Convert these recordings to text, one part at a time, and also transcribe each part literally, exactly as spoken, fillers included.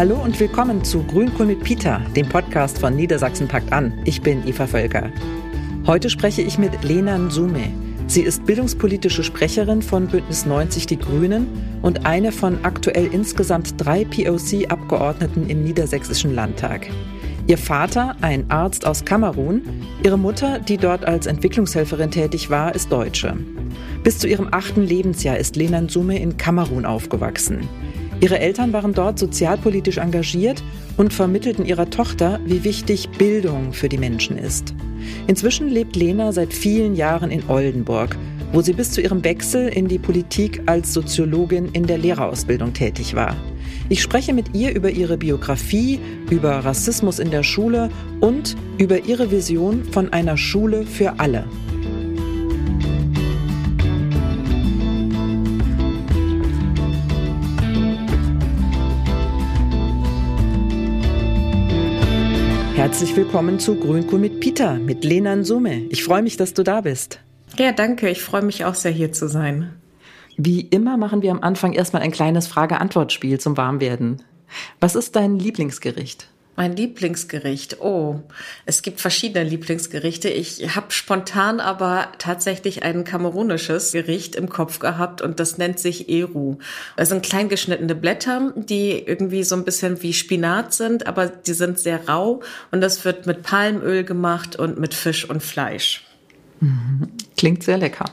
Hallo und willkommen zu Grünkohl mit Peter, dem Podcast von Niedersachsen packt an. Ich bin Eva Völker. Heute spreche ich mit Lena Nzume. Sie ist bildungspolitische Sprecherin von Bündnis neunzig Die Grünen und eine von aktuell insgesamt drei P O C-Abgeordneten im Niedersächsischen Landtag. Ihr Vater, ein Arzt aus Kamerun, ihre Mutter, die dort als Entwicklungshelferin tätig war, ist Deutsche. Bis zu ihrem achten Lebensjahr ist Lena Nzume in Kamerun aufgewachsen. Ihre Eltern waren dort sozialpolitisch engagiert und vermittelten ihrer Tochter, wie wichtig Bildung für die Menschen ist. Inzwischen lebt Lena seit vielen Jahren in Oldenburg, wo sie bis zu ihrem Wechsel in die Politik als Soziologin in der Lehrerausbildung tätig war. Ich spreche mit ihr über ihre Biografie, über Rassismus in der Schule und über ihre Vision von einer Schule für alle. Herzlich willkommen zu Grünkohl mit Peter, mit Lena Nzume. Ich freue mich, dass du da bist. Ja, danke. Ich freue mich auch sehr, hier zu sein. Wie immer machen wir am Anfang erstmal ein kleines Frage-Antwort-Spiel zum Warmwerden. Was ist dein Lieblingsgericht? Mein Lieblingsgericht? Oh, es gibt verschiedene Lieblingsgerichte. Ich habe spontan aber tatsächlich ein kamerunisches Gericht im Kopf gehabt und das nennt sich Eru. Es sind klein geschnittene Blätter, die irgendwie so ein bisschen wie Spinat sind, aber die sind sehr rau und das wird mit Palmöl gemacht und mit Fisch und Fleisch. Klingt sehr lecker.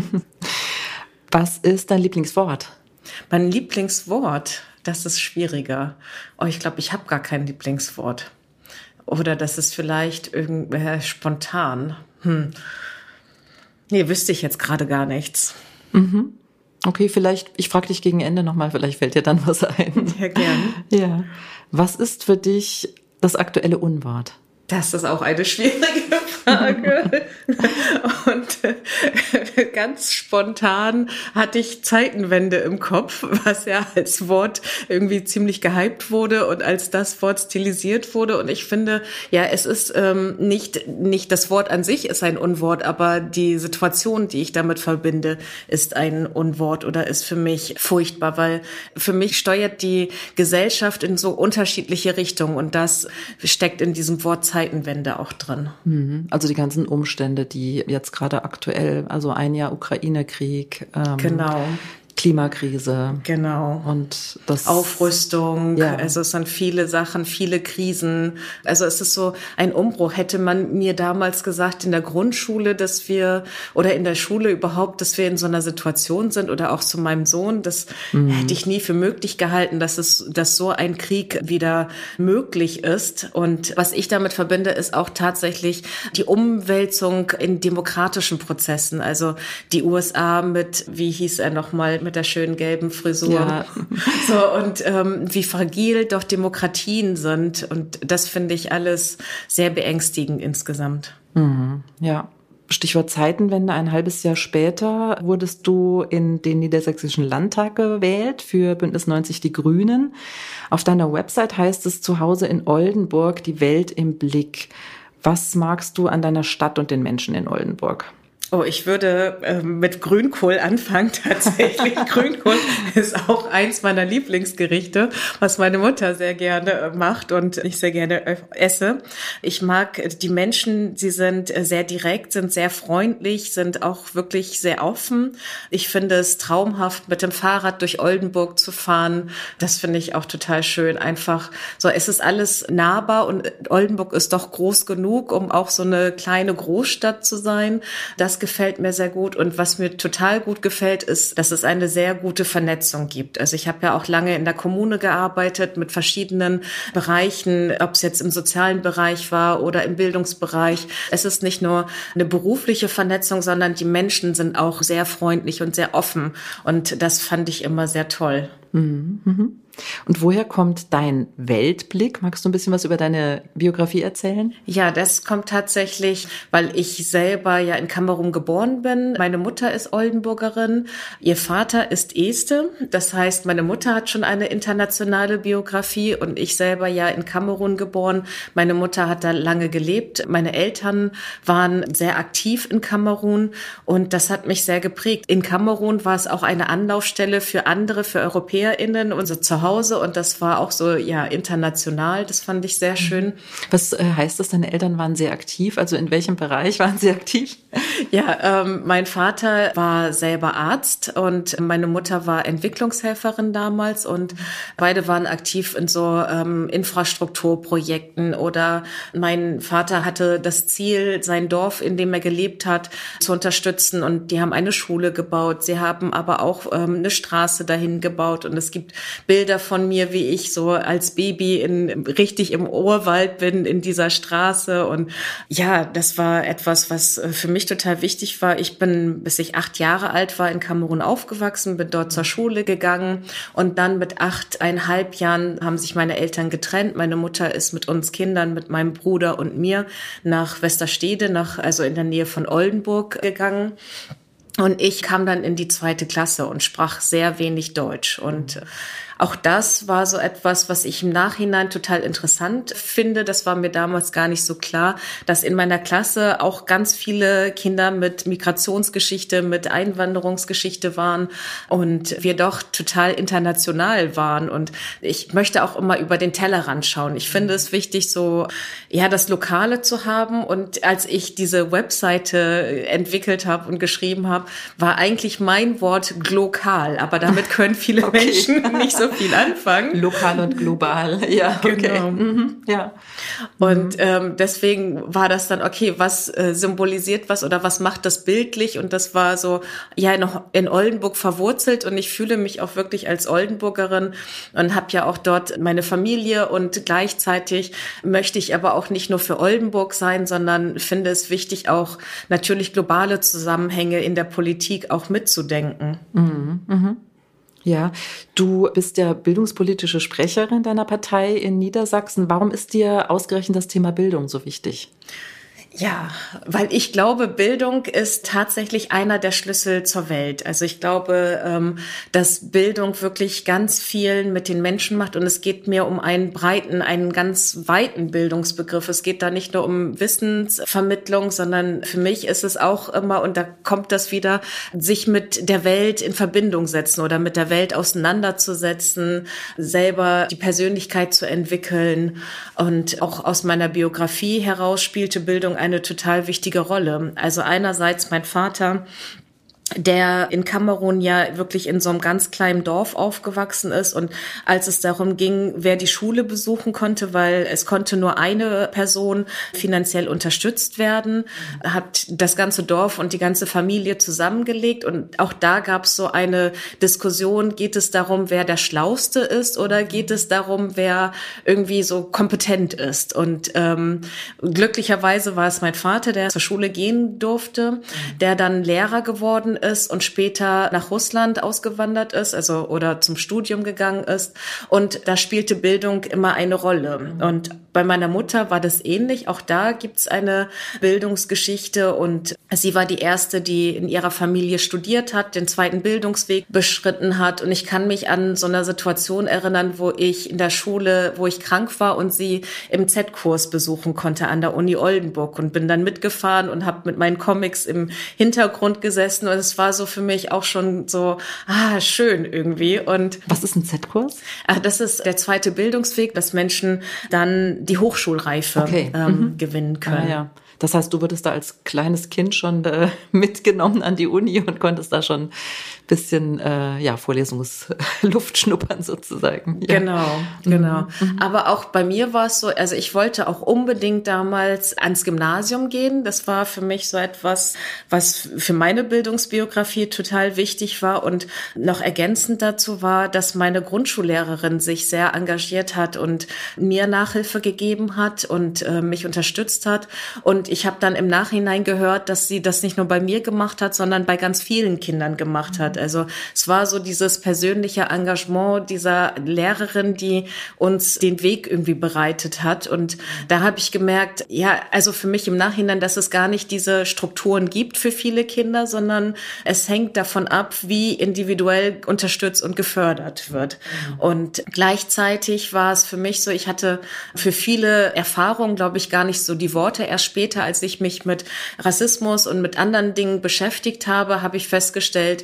Was ist dein Lieblingswort? Mein Lieblingswort? Das ist schwieriger. Oh, ich glaube, ich habe gar kein Lieblingswort. Oder das ist vielleicht irgendwie spontan. Hm. Nee, wüsste ich jetzt gerade gar nichts. Mhm. Okay, vielleicht, ich frage dich gegen Ende nochmal, vielleicht fällt dir dann was ein. Ja, gern. Ja. Was ist für dich das aktuelle Unwort? Das ist auch eine schwierige Frage. Und äh, ganz spontan hatte ich Zeitenwende im Kopf, was ja als Wort irgendwie ziemlich gehypt wurde und als das Wort stilisiert wurde. Und ich finde, ja, es ist ähm, nicht nicht das Wort an sich ist ein Unwort, aber die Situation, die ich damit verbinde, ist ein Unwort oder ist für mich furchtbar, weil für mich steuert die Gesellschaft in so unterschiedliche Richtungen und das steckt in diesem Wort Zeitenwende auch drin. Also die ganzen Umstände, die jetzt gerade aktuell, also ein Jahr Ukraine-Krieg, ähm, genau. Klimakrise. Genau. Und das Aufrüstung. Ja. Also es sind viele Sachen, viele Krisen. Also es ist so ein Umbruch. Hätte man mir damals gesagt in der Grundschule, dass wir oder in der Schule überhaupt, dass wir in so einer Situation sind oder auch zu meinem Sohn, das mhm. hätte ich nie für möglich gehalten, dass es, dass so ein Krieg wieder möglich ist. Und was ich damit verbinde, ist auch tatsächlich die Umwälzung in demokratischen Prozessen. Also die U S A mit, wie hieß er nochmal, mit der schönen gelben Frisur. Ja. So, und ähm, wie fragil doch Demokratien sind. Und das finde ich alles sehr beängstigend insgesamt. Mhm. Ja. Stichwort Zeitenwende. Ein halbes Jahr später wurdest du in den Niedersächsischen Landtag gewählt für Bündnis neunzig Die Grünen. Auf deiner Website heißt es Zuhause in Oldenburg, die Welt im Blick. Was magst du an deiner Stadt und den Menschen in Oldenburg? Oh, ich würde äh, mit Grünkohl anfangen tatsächlich. Grünkohl ist auch eins meiner Lieblingsgerichte, was meine Mutter sehr gerne äh, macht und ich sehr gerne äh, esse. Ich mag äh, die Menschen, sie sind äh, sehr direkt, sind sehr freundlich, sind auch wirklich sehr offen. Ich finde es traumhaft, mit dem Fahrrad durch Oldenburg zu fahren. Das finde ich auch total schön. Einfach so, es ist alles nahbar und Oldenburg ist doch groß genug, um auch so eine kleine Großstadt zu sein. Das gefällt mir sehr gut. Und was mir total gut gefällt, ist, dass es eine sehr gute Vernetzung gibt. Also ich habe ja auch lange in der Kommune gearbeitet mit verschiedenen Bereichen, ob es jetzt im sozialen Bereich war oder im Bildungsbereich. Es ist nicht nur eine berufliche Vernetzung, sondern die Menschen sind auch sehr freundlich und sehr offen. Und das fand ich immer sehr toll. Mhm, mhm. Und woher kommt dein Weltblick? Magst du ein bisschen was über deine Biografie erzählen? Ja, das kommt tatsächlich, weil ich selber ja in Kamerun geboren bin. Meine Mutter ist Oldenburgerin, ihr Vater ist Este. Das heißt, meine Mutter hat schon eine internationale Biografie und ich selber ja in Kamerun geboren. Meine Mutter hat da lange gelebt. Meine Eltern waren sehr aktiv in Kamerun und das hat mich sehr geprägt. In Kamerun war es auch eine Anlaufstelle für andere, für Europäer, ErzieherInnen, unser Zuhause, und das war auch so, ja, international. Das fand ich sehr schön. Was äh, heißt das, deine Eltern waren sehr aktiv? Also in welchem Bereich waren sie aktiv? Ja, ähm, mein Vater war selber Arzt und meine Mutter war Entwicklungshelferin damals, und beide waren aktiv in so ähm, Infrastrukturprojekten, oder mein Vater hatte das Ziel, sein Dorf, in dem er gelebt hat, zu unterstützen, und die haben eine Schule gebaut. Sie haben aber auch ähm, eine Straße dahin gebaut, und es gibt Bilder von mir, wie ich so als Baby in, richtig im Urwald bin in dieser Straße, und ja, das war etwas, was für mich total wichtig war. Ich bin, bis ich acht Jahre alt war, in Kamerun aufgewachsen, bin dort zur Schule gegangen, und dann mit achteinhalb Jahren haben sich meine Eltern getrennt. Meine Mutter ist mit uns Kindern, mit meinem Bruder und mir nach Westerstede, nach, also in der Nähe von Oldenburg gegangen. Und ich kam dann in die zweite Klasse und sprach sehr wenig Deutsch. Und auch das war so etwas, was ich im Nachhinein total interessant finde. Das war mir damals gar nicht so klar, dass in meiner Klasse auch ganz viele Kinder mit Migrationsgeschichte, mit Einwanderungsgeschichte waren und wir doch total international waren. Und ich möchte auch immer über den Tellerrand schauen. Ich finde es wichtig, so, ja, das Lokale zu haben. Und als ich diese Webseite entwickelt habe und geschrieben habe, war eigentlich mein Wort glokal. Aber damit können viele okay. Menschen nicht so viel anfangen. Lokal und global, ja, okay. Genau. Mhm. Ja. Und ähm, deswegen war das dann, okay, was äh, symbolisiert was oder was macht das bildlich? Und das war so, ja, noch in Oldenburg verwurzelt, und ich fühle mich auch wirklich als Oldenburgerin und habe ja auch dort meine Familie, und gleichzeitig möchte ich aber auch nicht nur für Oldenburg sein, sondern finde es wichtig, auch natürlich globale Zusammenhänge in der Politik auch mitzudenken. Mhm. Mhm. Ja, du bist ja bildungspolitische Sprecherin deiner Partei in Niedersachsen. Warum ist dir ausgerechnet das Thema Bildung so wichtig? Ja, weil ich glaube, Bildung ist tatsächlich einer der Schlüssel zur Welt. Also ich glaube, dass Bildung wirklich ganz viel mit den Menschen macht, und es geht mir um einen breiten, einen ganz weiten Bildungsbegriff. Es geht da nicht nur um Wissensvermittlung, sondern für mich ist es auch immer, und da kommt das wieder, sich mit der Welt in Verbindung setzen oder mit der Welt auseinanderzusetzen, selber die Persönlichkeit zu entwickeln. Und auch aus meiner Biografie heraus spielte Bildung eine total wichtige Rolle. Also einerseits mein Vater, der in Kamerun ja wirklich in so einem ganz kleinen Dorf aufgewachsen ist, und als es darum ging, wer die Schule besuchen konnte, weil es konnte nur eine Person finanziell unterstützt werden, hat das ganze Dorf und die ganze Familie zusammengelegt, und auch da gab es so eine Diskussion, geht es darum, wer der Schlauste ist, oder geht es darum, wer irgendwie so kompetent ist? Und ähm, glücklicherweise war es mein Vater, der zur Schule gehen durfte, der dann Lehrer geworden ist und später nach Russland ausgewandert ist, also oder zum Studium gegangen ist. Und da spielte Bildung immer eine Rolle. Und bei meiner Mutter war das ähnlich. Auch da gibt's eine Bildungsgeschichte, und sie war die erste, die in ihrer Familie studiert hat, den zweiten Bildungsweg beschritten hat. Und ich kann mich an so eine Situation erinnern, wo ich in der Schule, wo ich krank war und sie im Z-Kurs besuchen konnte an der Uni Oldenburg, und bin dann mitgefahren und habe mit meinen Comics im Hintergrund gesessen, und es war so für mich auch schon so, ah, schön irgendwie. Und was ist ein Z-Kurs? Ach, das ist der zweite Bildungsweg, dass Menschen dann die Hochschulreife okay. ähm, mhm. gewinnen können. Ah, ja. Das heißt, du wurdest da als kleines Kind schon äh, mitgenommen an die Uni und konntest da schon ein bisschen äh, ja, Vorlesungsluft schnuppern sozusagen. Ja. Genau, genau. Mhm. Aber auch bei mir war es so, also ich wollte auch unbedingt damals ans Gymnasium gehen. Das war für mich so etwas, was für meine Bildungsbiografie total wichtig war. Und noch ergänzend dazu war, dass meine Grundschullehrerin sich sehr engagiert hat und mir Nachhilfe gegeben hat und äh, mich unterstützt hat. Und ich habe dann im Nachhinein gehört, dass sie das nicht nur bei mir gemacht hat, sondern bei ganz vielen Kindern gemacht hat. Also es war so dieses persönliche Engagement dieser Lehrerin, die uns den Weg irgendwie bereitet hat. Und da habe ich gemerkt, ja, also für mich im Nachhinein, dass es gar nicht diese Strukturen gibt für viele Kinder, sondern es hängt davon ab, wie individuell unterstützt und gefördert wird. Mhm. Und gleichzeitig war es für mich so, ich hatte für viele Erfahrungen, glaube ich, gar nicht so die Worte. Erst später, als ich mich mit Rassismus und mit anderen Dingen beschäftigt habe, habe ich festgestellt, dass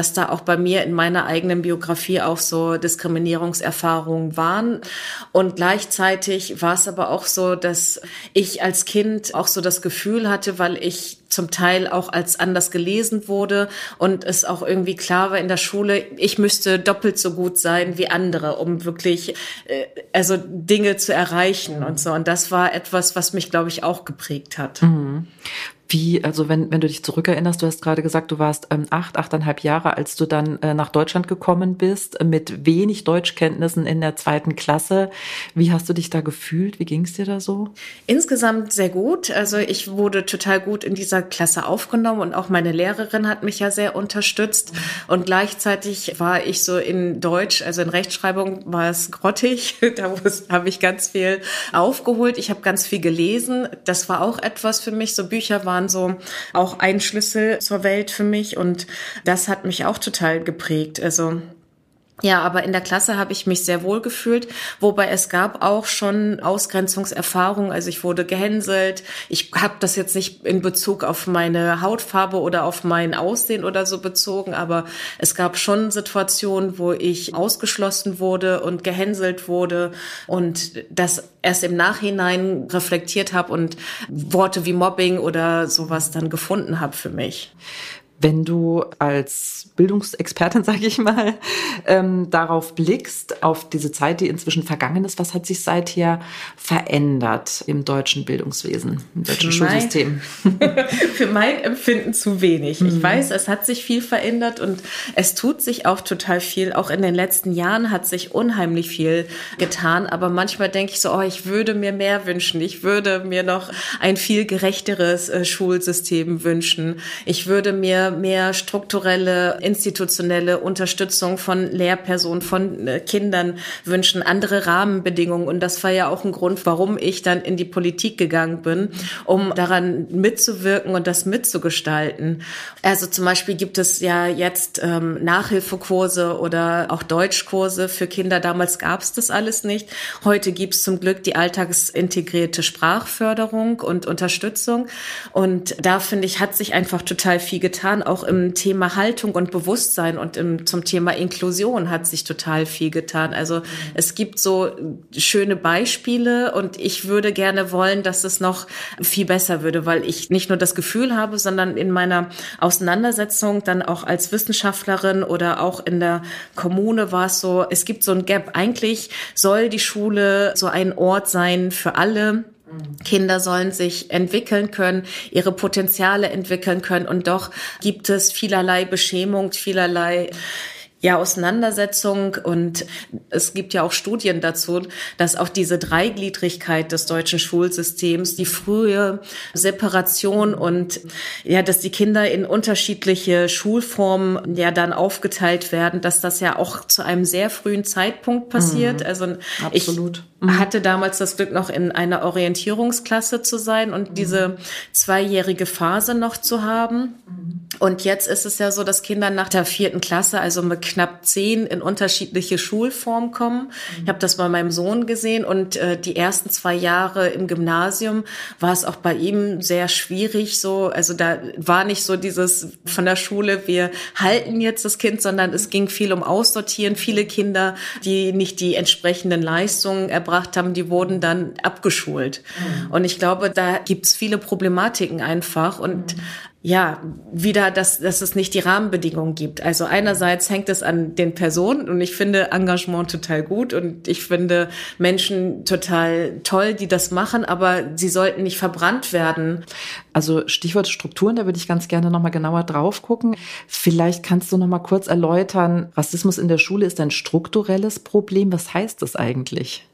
dass da auch bei mir in meiner eigenen Biografie auch so Diskriminierungserfahrungen waren. Und gleichzeitig war es aber auch so, dass ich als Kind auch so das Gefühl hatte, weil ich zum Teil auch als anders gelesen wurde und es auch irgendwie klar war in der Schule, ich müsste doppelt so gut sein wie andere, um wirklich äh, also Dinge zu erreichen und so. Und das war etwas, was mich, glaube ich, auch geprägt hat. Mhm. Wie, also wenn, wenn du dich zurückerinnerst, du hast gerade gesagt, du warst ähm, acht, achteinhalb Jahre, als du dann äh, nach Deutschland gekommen bist, mit wenig Deutschkenntnissen in der zweiten Klasse. Wie hast du dich da gefühlt? Wie ging es dir da so? Insgesamt sehr gut. Also ich wurde total gut in dieser Klasse aufgenommen und auch meine Lehrerin hat mich ja sehr unterstützt. Und gleichzeitig war ich so in Deutsch, also in Rechtschreibung war es grottig. Da habe ich ganz viel aufgeholt. Ich habe ganz viel gelesen. Das war auch etwas für mich. So Bücher waren so auch ein Schlüssel zur Welt für mich und das hat mich auch total geprägt. Also ja, aber in der Klasse habe ich mich sehr wohl gefühlt, wobei es gab auch schon Ausgrenzungserfahrungen. Also ich wurde gehänselt. Ich habe das jetzt nicht in Bezug auf meine Hautfarbe oder auf mein Aussehen oder so bezogen, aber es gab schon Situationen, wo ich ausgeschlossen wurde und gehänselt wurde und das erst im Nachhinein reflektiert habe und Worte wie Mobbing oder sowas dann gefunden habe für mich. Wenn du als Bildungsexpertin, sage ich mal, ähm, darauf blickst, auf diese Zeit, die inzwischen vergangen ist, was hat sich seither verändert im deutschen Bildungswesen, im deutschen für Schulsystem? Mein, für mein Empfinden zu wenig. Mhm. Ich weiß, es hat sich viel verändert und es tut sich auch total viel. Auch in den letzten Jahren hat sich unheimlich viel getan. Aber manchmal denke ich so, oh, ich würde mir mehr wünschen. Ich würde mir noch ein viel gerechteres äh, Schulsystem wünschen. Ich würde mir mehr strukturelle, institutionelle Unterstützung von Lehrpersonen, von äh, Kindern wünschen, andere Rahmenbedingungen. Und das war ja auch ein Grund, warum ich dann in die Politik gegangen bin, um daran mitzuwirken und das mitzugestalten. Also zum Beispiel gibt es ja jetzt ähm, Nachhilfekurse oder auch Deutschkurse für Kinder. Damals gab es das alles nicht. Heute gibt es zum Glück die alltagsintegrierte Sprachförderung und Unterstützung. Und da, finde ich, hat sich einfach total viel getan. Auch im Thema Haltung und Bewusstsein und im, zum Thema Inklusion hat sich total viel getan. Also es gibt so schöne Beispiele und ich würde gerne wollen, dass es noch viel besser würde, weil ich nicht nur das Gefühl habe, sondern in meiner Auseinandersetzung dann auch als Wissenschaftlerin oder auch in der Kommune war es so, es gibt so ein Gap. Eigentlich soll die Schule so ein Ort sein für alle. Kinder sollen sich entwickeln können, ihre Potenziale entwickeln können und doch gibt es vielerlei Beschämung, vielerlei ja, Auseinandersetzung und es gibt ja auch Studien dazu, dass auch diese Dreigliedrigkeit des deutschen Schulsystems, die frühe Separation und ja, dass die Kinder in unterschiedliche Schulformen ja dann aufgeteilt werden, dass das ja auch zu einem sehr frühen Zeitpunkt passiert. Mhm. Also Absolut. Ich mhm. hatte damals das Glück, noch in einer Orientierungsklasse zu sein und mhm. diese zweijährige Phase noch zu haben. Mhm. Und jetzt ist es ja so, dass Kinder nach der vierten Klasse, also mit knapp zehn, in unterschiedliche Schulformen kommen. Mhm. Ich habe das bei meinem Sohn gesehen und äh, die ersten zwei Jahre im Gymnasium war es auch bei ihm sehr schwierig. So, also da war nicht so dieses von der Schule, wir halten jetzt das Kind, sondern es ging viel um Aussortieren. Viele Kinder, die nicht die entsprechenden Leistungen erbracht haben, die wurden dann abgeschult. Mhm. Und ich glaube, da gibt's viele Problematiken einfach und mhm. ja, wieder, dass, dass es nicht die Rahmenbedingungen gibt. Also einerseits hängt es an den Personen und ich finde Engagement total gut und ich finde Menschen total toll, die das machen, aber sie sollten nicht verbrannt werden. Also Stichwort Strukturen, da würde ich ganz gerne nochmal genauer drauf gucken. Vielleicht kannst du nochmal kurz erläutern, Rassismus in der Schule ist ein strukturelles Problem. Was heißt das eigentlich?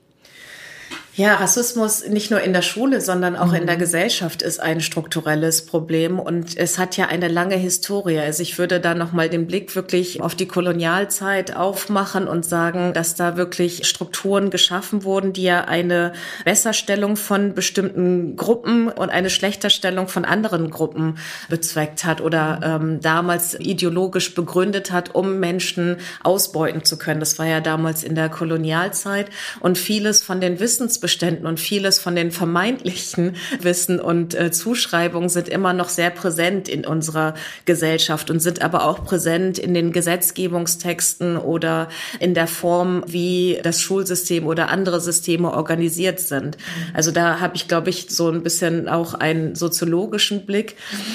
Ja, Rassismus nicht nur in der Schule, sondern auch mhm. in der Gesellschaft ist ein strukturelles Problem und es hat ja eine lange Historie. Also ich würde da nochmal den Blick wirklich auf die Kolonialzeit aufmachen und sagen, dass da wirklich Strukturen geschaffen wurden, die ja eine Besserstellung von bestimmten Gruppen und eine Schlechterstellung von anderen Gruppen bezweckt hat oder ähm, damals ideologisch begründet hat, um Menschen ausbeuten zu können. Das war ja damals in der Kolonialzeit und vieles von den Wissensbeständen Wissensbeständen und vieles von den vermeintlichen Wissen und äh, Zuschreibungen sind immer noch sehr präsent in unserer Gesellschaft und sind aber auch präsent in den Gesetzgebungstexten oder in der Form, wie das Schulsystem oder andere Systeme organisiert sind. Also da habe ich, glaube ich, so ein bisschen auch einen soziologischen Blick.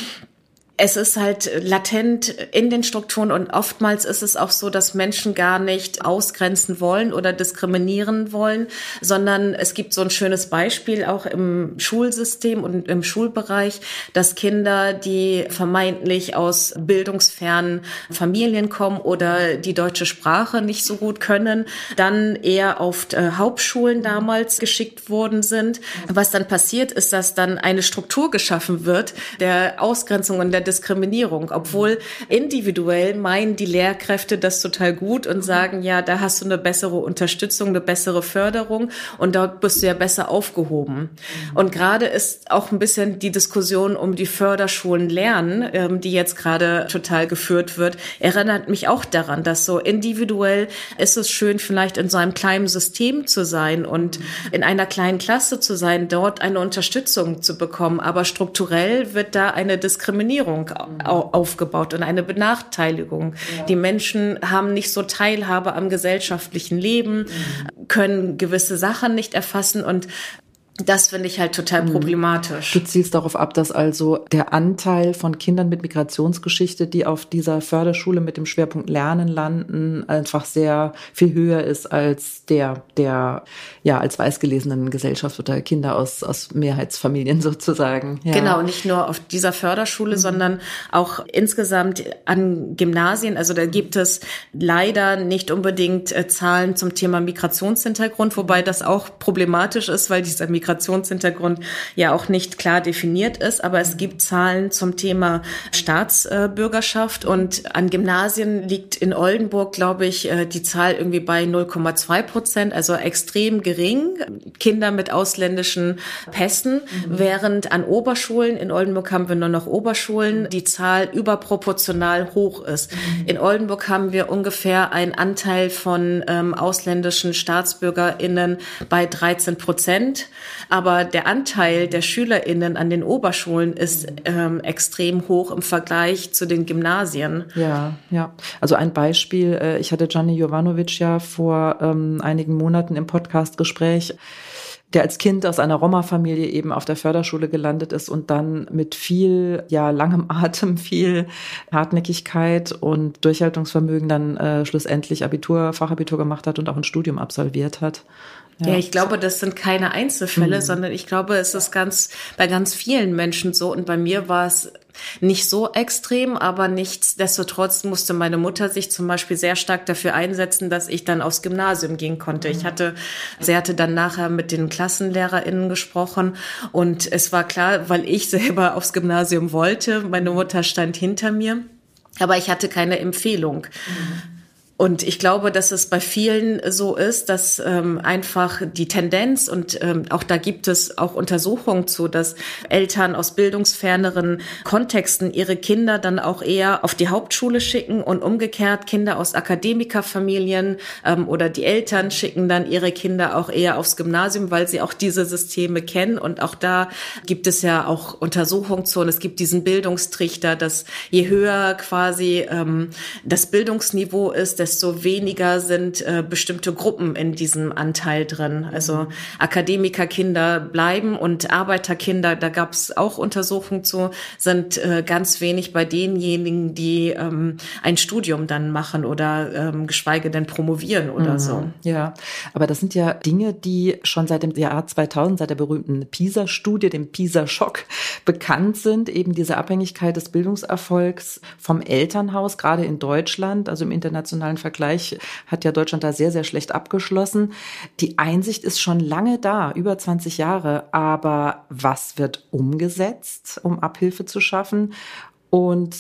Es ist halt latent in den Strukturen und oftmals ist es auch so, dass Menschen gar nicht ausgrenzen wollen oder diskriminieren wollen, sondern es gibt so ein schönes Beispiel auch im Schulsystem und im Schulbereich, dass Kinder, die vermeintlich aus bildungsfernen Familien kommen oder die deutsche Sprache nicht so gut können, dann eher auf Hauptschulen damals geschickt worden sind. Was dann passiert, ist, dass dann eine Struktur geschaffen wird der Ausgrenzung und der Diskriminierung, obwohl individuell meinen die Lehrkräfte das total gut und sagen, ja, da hast du eine bessere Unterstützung, eine bessere Förderung und dort bist du ja besser aufgehoben. Und gerade ist auch ein bisschen die Diskussion um die Förderschulen Lernen, ähm, die jetzt gerade total geführt wird, erinnert mich auch daran, dass so individuell ist es schön, vielleicht in so einem kleinen System zu sein und in einer kleinen Klasse zu sein, dort eine Unterstützung zu bekommen, aber strukturell wird da eine Diskriminierung aufgebaut und eine Benachteiligung. Ja. Die Menschen haben nicht so Teilhabe am gesellschaftlichen Leben, mhm. können gewisse Sachen nicht erfassen und das finde ich halt total problematisch. Du zielst darauf ab, dass also der Anteil von Kindern mit Migrationsgeschichte, die auf dieser Förderschule mit dem Schwerpunkt Lernen landen, einfach sehr viel höher ist als der, der ja als weißgelesenen Gesellschaft oder Kinder aus, aus Mehrheitsfamilien sozusagen. Ja. Genau, nicht nur auf dieser Förderschule, mhm. sondern auch insgesamt an Gymnasien. Also da gibt es leider nicht unbedingt äh, Zahlen zum Thema Migrationshintergrund, wobei das auch problematisch ist, weil dieser Migrationshintergrund Migrationshintergrund ja auch nicht klar definiert ist, aber es gibt Zahlen zum Thema Staatsbürgerschaft und an Gymnasien liegt in Oldenburg, glaube ich, die Zahl irgendwie bei null Komma zwei Prozent, also extrem gering, Kinder mit ausländischen Pässen, mhm. während an Oberschulen, in Oldenburg haben wir nur noch Oberschulen, die Zahl überproportional hoch ist. Mhm. In Oldenburg haben wir ungefähr einen Anteil von ähm, ausländischen StaatsbürgerInnen bei dreizehn Prozent. Aber der Anteil der SchülerInnen an den Oberschulen ist ähm, extrem hoch im Vergleich zu den Gymnasien. Ja, ja. Also ein Beispiel, äh, ich hatte Gianni Jovanovic ja vor ähm, einigen Monaten im Podcastgespräch, der als Kind aus einer Roma-Familie eben auf der Förderschule gelandet ist und dann mit viel, ja, langem Atem, viel Hartnäckigkeit und Durchhaltungsvermögen dann äh, schlussendlich Abitur, Fachabitur gemacht hat und auch ein Studium absolviert hat. Ja. ja, ich glaube, das sind keine Einzelfälle, mhm. sondern ich glaube, es ist ganz bei ganz vielen Menschen so. Und bei mir war es nicht so extrem, aber nichtsdestotrotz musste meine Mutter sich zum Beispiel sehr stark dafür einsetzen, dass ich dann aufs Gymnasium gehen konnte. Ich hatte, sie hatte dann nachher mit den KlassenlehrerInnen gesprochen und es war klar, weil ich selber aufs Gymnasium wollte, meine Mutter stand hinter mir, aber ich hatte keine Empfehlung. Mhm. Und ich glaube, dass es bei vielen so ist, dass ähm, einfach die Tendenz und ähm, auch da gibt es auch Untersuchungen zu, dass Eltern aus bildungsferneren Kontexten ihre Kinder dann auch eher auf die Hauptschule schicken und umgekehrt Kinder aus Akademikerfamilien ähm, oder die Eltern schicken dann ihre Kinder auch eher aufs Gymnasium, weil sie auch diese Systeme kennen. Und auch da gibt es ja auch Untersuchungen zu und es gibt diesen Bildungstrichter, dass je höher quasi ähm, das Bildungsniveau ist, desto weniger sind äh, bestimmte Gruppen in diesem Anteil drin. Also Akademikerkinder bleiben und Arbeiterkinder, da gab es auch Untersuchungen zu, sind äh, ganz wenig bei denjenigen, die ähm, ein Studium dann machen oder ähm, geschweige denn promovieren oder mhm. so. Ja, aber das sind ja Dinge, die schon seit dem Jahr zweitausend, seit der berühmten PISA-Studie, dem PISA-Schock, bekannt sind. Eben diese Abhängigkeit des Bildungserfolgs vom Elternhaus, gerade in Deutschland, also im internationalen Vergleich hat ja Deutschland da sehr, sehr schlecht abgeschlossen. Die Einsicht ist schon lange da, über zwanzig Jahre. Aber was wird umgesetzt, um Abhilfe zu schaffen? Und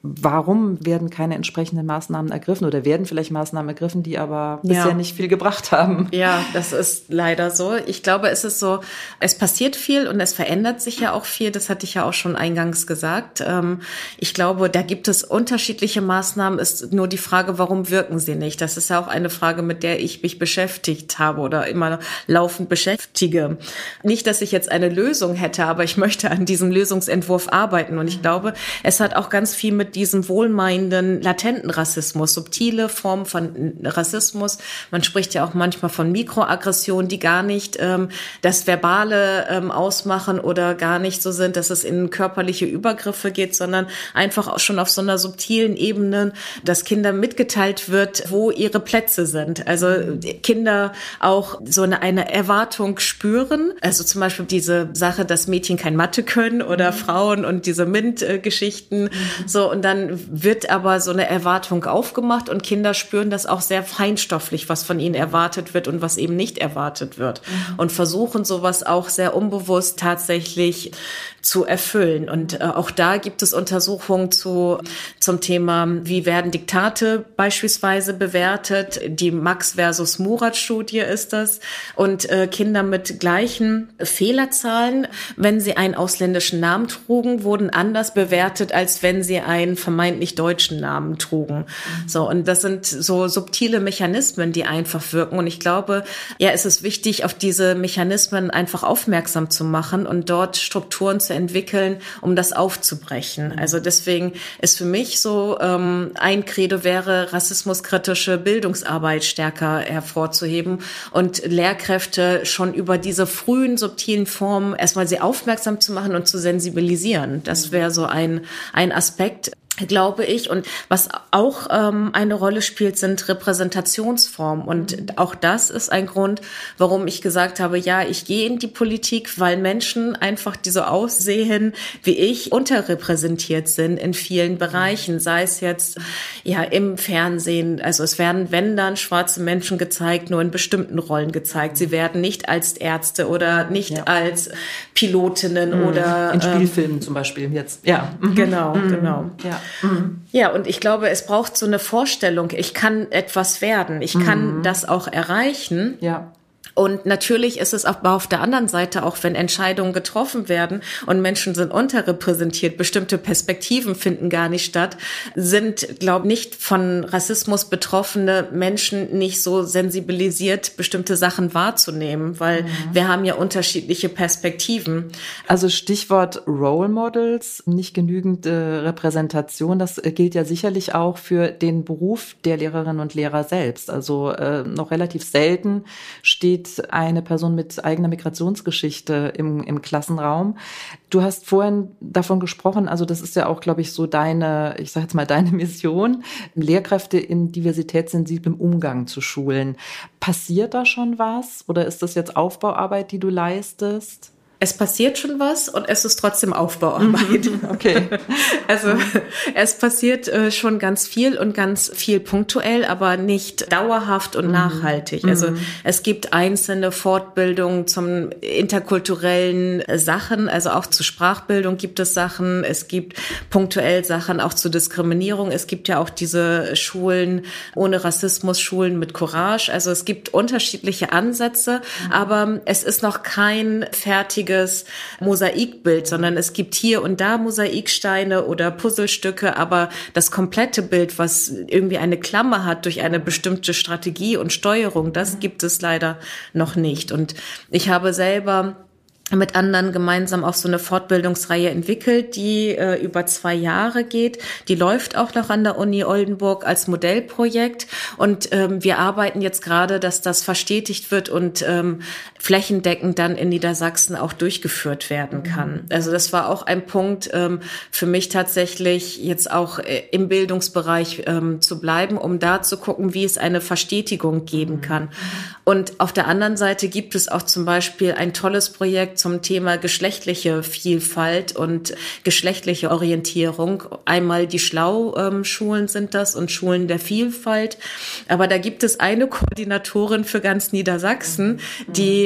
Warum werden keine entsprechenden Maßnahmen ergriffen oder werden vielleicht Maßnahmen ergriffen, die aber bisher ja. nicht viel gebracht haben? Ja, das ist leider so. Ich glaube, es ist so, es passiert viel und es verändert sich ja auch viel. Das hatte ich ja auch schon eingangs gesagt. Ich glaube, da gibt es unterschiedliche Maßnahmen. Ist nur die Frage, warum wirken sie nicht? Das ist ja auch eine Frage, mit der ich mich beschäftigt habe oder immer laufend beschäftige. Nicht, dass ich jetzt eine Lösung hätte, aber ich möchte an diesem Lösungsentwurf arbeiten. Und ich glaube, es hat auch ganz viel mit diesem wohlmeinenden, latenten Rassismus, subtile Formen von Rassismus. Man spricht ja auch manchmal von Mikroaggressionen, die gar nicht ähm, das Verbale ähm, ausmachen oder gar nicht so sind, dass es in körperliche Übergriffe geht, sondern einfach auch schon auf so einer subtilen Ebene, dass Kindern mitgeteilt wird, wo ihre Plätze sind. Also Kinder auch so eine, eine Erwartung spüren. Also zum Beispiel diese Sache, dass Mädchen kein Mathe können oder mhm. Frauen und diese MINT-Geschichten. Mhm. So, und dann wird aber so eine Erwartung aufgemacht und Kinder spüren das auch sehr feinstofflich, was von ihnen erwartet wird und was eben nicht erwartet wird. Mhm. Und versuchen sowas auch sehr unbewusst tatsächlich zu erfüllen. Und äh, auch da gibt es Untersuchungen zu, zum Thema, wie werden Diktate beispielsweise bewertet. Die Max versus Murat-Studie ist das. Und äh, Kinder mit gleichen Fehlerzahlen, wenn sie einen ausländischen Namen trugen, wurden anders bewertet, als wenn sie einen vermeintlich deutschen Namen trugen. Mhm. So, und das sind so subtile Mechanismen, die einfach wirken. Und ich glaube, ja, es ist wichtig, auf diese Mechanismen einfach aufmerksam zu machen und dort Strukturen zu entwickeln, um das aufzubrechen. Also deswegen ist für mich so, ähm, ein Credo wäre, rassismuskritische Bildungsarbeit stärker hervorzuheben und Lehrkräfte schon über diese frühen, subtilen Formen erstmal sehr aufmerksam zu machen und zu sensibilisieren. Das wäre so ein, ein Aspekt, glaube ich. Und was auch ähm, eine Rolle spielt, sind Repräsentationsformen. Und auch das ist ein Grund, warum ich gesagt habe, ja, ich gehe in die Politik, weil Menschen einfach, die so aussehen wie ich, unterrepräsentiert sind in vielen Bereichen. Sei es jetzt ja im Fernsehen, also es werden, wenn dann, schwarze Menschen gezeigt, nur in bestimmten Rollen gezeigt. Sie werden nicht als Ärzte oder nicht ja. als Pilotinnen mhm. oder in Spielfilmen ähm, zum Beispiel jetzt. Ja, mhm. genau, mhm. genau. Ja. Mhm. Ja, und ich glaube, es braucht so eine Vorstellung, ich kann etwas werden, ich kann mhm. das auch erreichen. Ja. Und natürlich ist es aber auf der anderen Seite auch, wenn Entscheidungen getroffen werden und Menschen sind unterrepräsentiert, bestimmte Perspektiven finden gar nicht statt, sind, glaube ich, nicht von Rassismus betroffene Menschen nicht so sensibilisiert, bestimmte Sachen wahrzunehmen, weil mhm. wir haben ja unterschiedliche Perspektiven. Also Stichwort Role Models, nicht genügend äh, Repräsentation, das äh, gilt ja sicherlich auch für den Beruf der Lehrerinnen und Lehrer selbst. Also äh, noch relativ selten steht eine Person mit eigener Migrationsgeschichte im, im Klassenraum. Du hast vorhin davon gesprochen, also das ist ja auch, glaube ich, so deine, ich sage jetzt mal deine Mission, Lehrkräfte in diversitätssensiblem Umgang zu schulen. Passiert da schon was oder ist das jetzt Aufbauarbeit, die du leistest? Es passiert schon was und es ist trotzdem Aufbauarbeit. Okay. Also es passiert äh, schon ganz viel und ganz viel punktuell, aber nicht dauerhaft und mhm. nachhaltig. Also mhm. es gibt einzelne Fortbildungen zum interkulturellen Sachen, also auch zur Sprachbildung gibt es Sachen. Es gibt punktuell Sachen auch zur Diskriminierung. Es gibt ja auch diese Schulen ohne Rassismus, Schulen mit Courage. Also es gibt unterschiedliche Ansätze, mhm. aber es ist noch kein fertiges Mosaikbild, sondern es gibt hier und da Mosaiksteine oder Puzzlestücke, aber das komplette Bild, was irgendwie eine Klammer hat durch eine bestimmte Strategie und Steuerung, das gibt es leider noch nicht. Und ich habe selber mit anderen gemeinsam auch so eine Fortbildungsreihe entwickelt, die äh, über zwei Jahre geht. Die läuft auch noch an der Uni Oldenburg als Modellprojekt und ähm, wir arbeiten jetzt gerade, dass das verstetigt wird und ähm, flächendeckend dann in Niedersachsen auch durchgeführt werden kann. Also das war auch ein Punkt ähm, für mich tatsächlich jetzt auch äh, im Bildungsbereich ähm, zu bleiben, um da zu gucken, wie es eine Verstetigung geben kann. Und auf der anderen Seite gibt es auch zum Beispiel ein tolles Projekt zum Thema geschlechtliche Vielfalt und geschlechtliche Orientierung. Einmal die Schlau-Schulen sind das und Schulen der Vielfalt. Aber da gibt es eine Koordinatorin für ganz Niedersachsen, die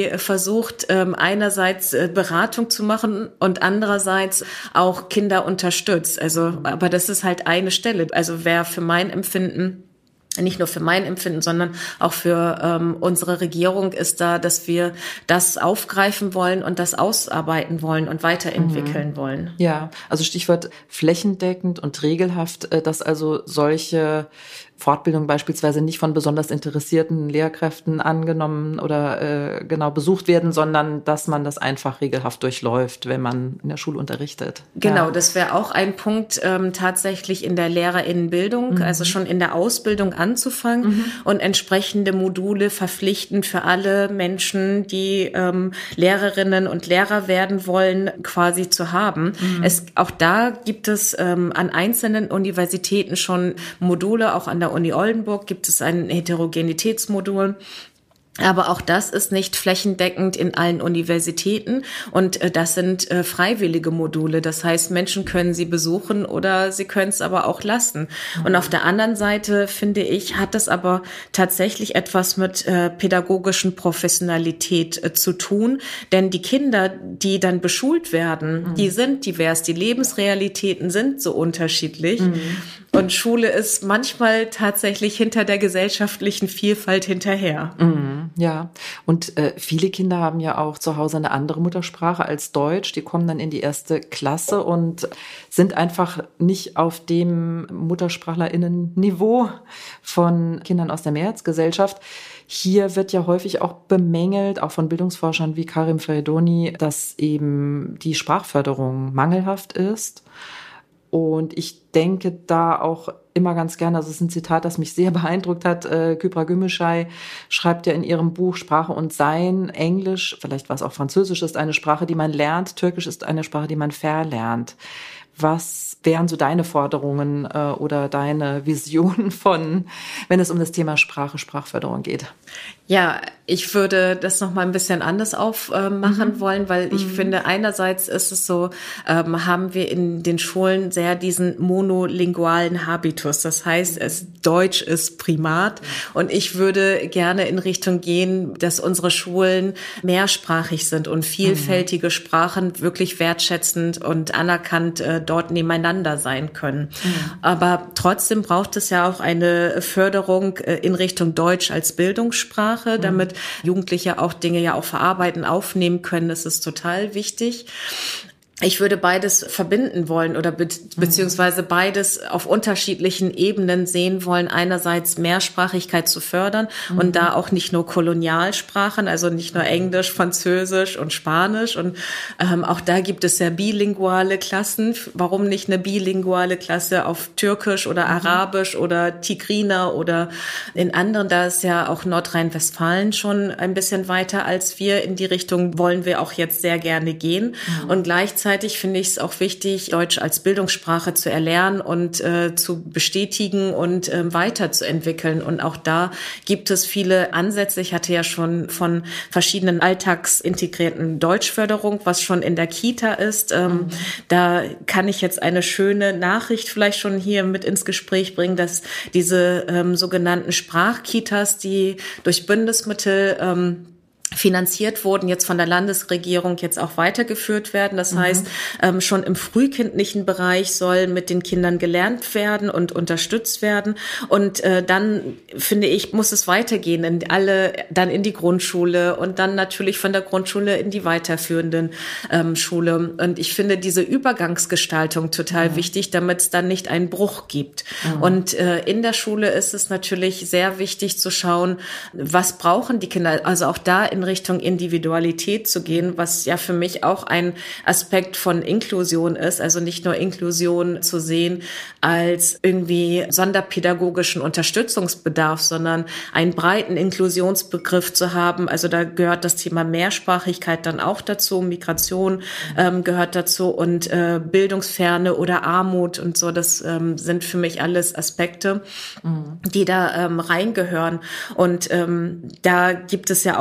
die versucht, ähm, einerseits äh, Beratung zu machen und andererseits auch Kinder unterstützt. Also, aber das ist halt eine Stelle. Also wer für mein Empfinden, nicht nur für mein Empfinden, sondern auch für ähm, unsere Regierung ist da, dass wir das aufgreifen wollen und das ausarbeiten wollen und weiterentwickeln mhm. wollen. Ja, also Stichwort flächendeckend und regelhaft, dass also solche Fortbildung beispielsweise nicht von besonders interessierten Lehrkräften angenommen oder äh, genau besucht werden, sondern dass man das einfach regelhaft durchläuft, wenn man in der Schule unterrichtet. Genau, ja. Das wäre auch ein Punkt ähm, tatsächlich in der Lehrerinnenbildung, mhm. also schon in der Ausbildung anzufangen mhm. und entsprechende Module verpflichtend für alle Menschen, die ähm, Lehrerinnen und Lehrer werden wollen, quasi zu haben. Mhm. Es, auch da gibt es ähm, an einzelnen Universitäten schon Module, auch an der Uni Oldenburg gibt es ein Heterogenitätsmodul. Aber auch das ist nicht flächendeckend in allen Universitäten und äh, das sind äh, freiwillige Module. Das heißt, Menschen können sie besuchen oder sie können es aber auch lassen. Mhm. Und auf der anderen Seite, finde ich, hat das aber tatsächlich etwas mit äh, pädagogischen Professionalität äh, zu tun. Denn die Kinder, die dann beschult werden, mhm. die sind divers. Die Lebensrealitäten sind so unterschiedlich. Mhm. Und Schule ist manchmal tatsächlich hinter der gesellschaftlichen Vielfalt hinterher. Mhm, ja, und äh, viele Kinder haben ja auch zu Hause eine andere Muttersprache als Deutsch. Die kommen dann in die erste Klasse und sind einfach nicht auf dem MuttersprachlerInnen-Niveau von Kindern aus der Mehrheitsgesellschaft. Hier wird ja häufig auch bemängelt, auch von Bildungsforschern wie Karim Feridoni, dass eben die Sprachförderung mangelhaft ist. Und ich denke da auch immer ganz gerne, also es ist ein Zitat, das mich sehr beeindruckt hat, äh, Kübra Gümüşay schreibt ja in ihrem Buch Sprache und Sein, Englisch, vielleicht was auch Französisch ist eine Sprache, die man lernt, Türkisch ist eine Sprache, die man verlernt. Was wären so deine Forderungen äh, oder deine Visionen von, wenn es um das Thema Sprache, Sprachförderung geht? Ja, ich würde das noch mal ein bisschen anders aufmachen mhm. wollen, weil ich mhm. finde, einerseits ist es so, ähm, haben wir in den Schulen sehr diesen monolingualen Habitus. Das heißt, es Deutsch ist Primat. Mhm. Und ich würde gerne in Richtung gehen, dass unsere Schulen mehrsprachig sind und vielfältige mhm. Sprachen wirklich wertschätzend und anerkannt äh, dort nebeneinander sein können. Mhm. Aber trotzdem braucht es ja auch eine Förderung äh, in Richtung Deutsch als Bildungssprache, mhm. damit Jugendliche auch Dinge ja auch verarbeiten, aufnehmen können. Das ist total wichtig. Ich würde beides verbinden wollen oder be- beziehungsweise beides auf unterschiedlichen Ebenen sehen wollen. Einerseits Mehrsprachigkeit zu fördern mhm. und da auch nicht nur Kolonialsprachen, also nicht nur Englisch, Französisch und Spanisch. Und ähm, auch da gibt es ja bilinguale Klassen. Warum nicht eine bilinguale Klasse auf Türkisch oder mhm. Arabisch oder Tigriner oder in anderen? Da ist ja auch Nordrhein-Westfalen schon ein bisschen weiter als wir. In die Richtung wollen wir auch jetzt sehr gerne gehen. Mhm. Und gleichzeitig Gleichzeitig finde ich es auch wichtig, Deutsch als Bildungssprache zu erlernen und äh, zu bestätigen und äh, weiterzuentwickeln. Und auch da gibt es viele Ansätze. Ich hatte ja schon von verschiedenen alltagsintegrierten Deutschförderung, was schon in der Kita ist. Ähm, mhm. Da kann ich jetzt eine schöne Nachricht vielleicht schon hier mit ins Gespräch bringen, dass diese ähm, sogenannten Sprachkitas, die durch Bundesmittel ähm, finanziert wurden, jetzt von der Landesregierung jetzt auch weitergeführt werden. Das mhm. heißt, ähm, schon im frühkindlichen Bereich soll mit den Kindern gelernt werden und unterstützt werden. Und äh, dann, finde ich, muss es weitergehen, in alle, dann in die Grundschule und dann natürlich von der Grundschule in die weiterführenden ähm, Schule. Und ich finde diese Übergangsgestaltung total mhm. wichtig, damit es dann nicht einen Bruch gibt. Mhm. Und äh, in der Schule ist es natürlich sehr wichtig zu schauen, was brauchen die Kinder, also auch da in Richtung Individualität zu gehen, was ja für mich auch ein Aspekt von Inklusion ist, also nicht nur Inklusion zu sehen als irgendwie sonderpädagogischen Unterstützungsbedarf, sondern einen breiten Inklusionsbegriff zu haben. Also da gehört das Thema Mehrsprachigkeit dann auch dazu, Migration ähm, gehört dazu und äh, Bildungsferne oder Armut und so, das ähm, sind für mich alles Aspekte, mhm. die da ähm, reingehören. Und ähm, da gibt es ja auch die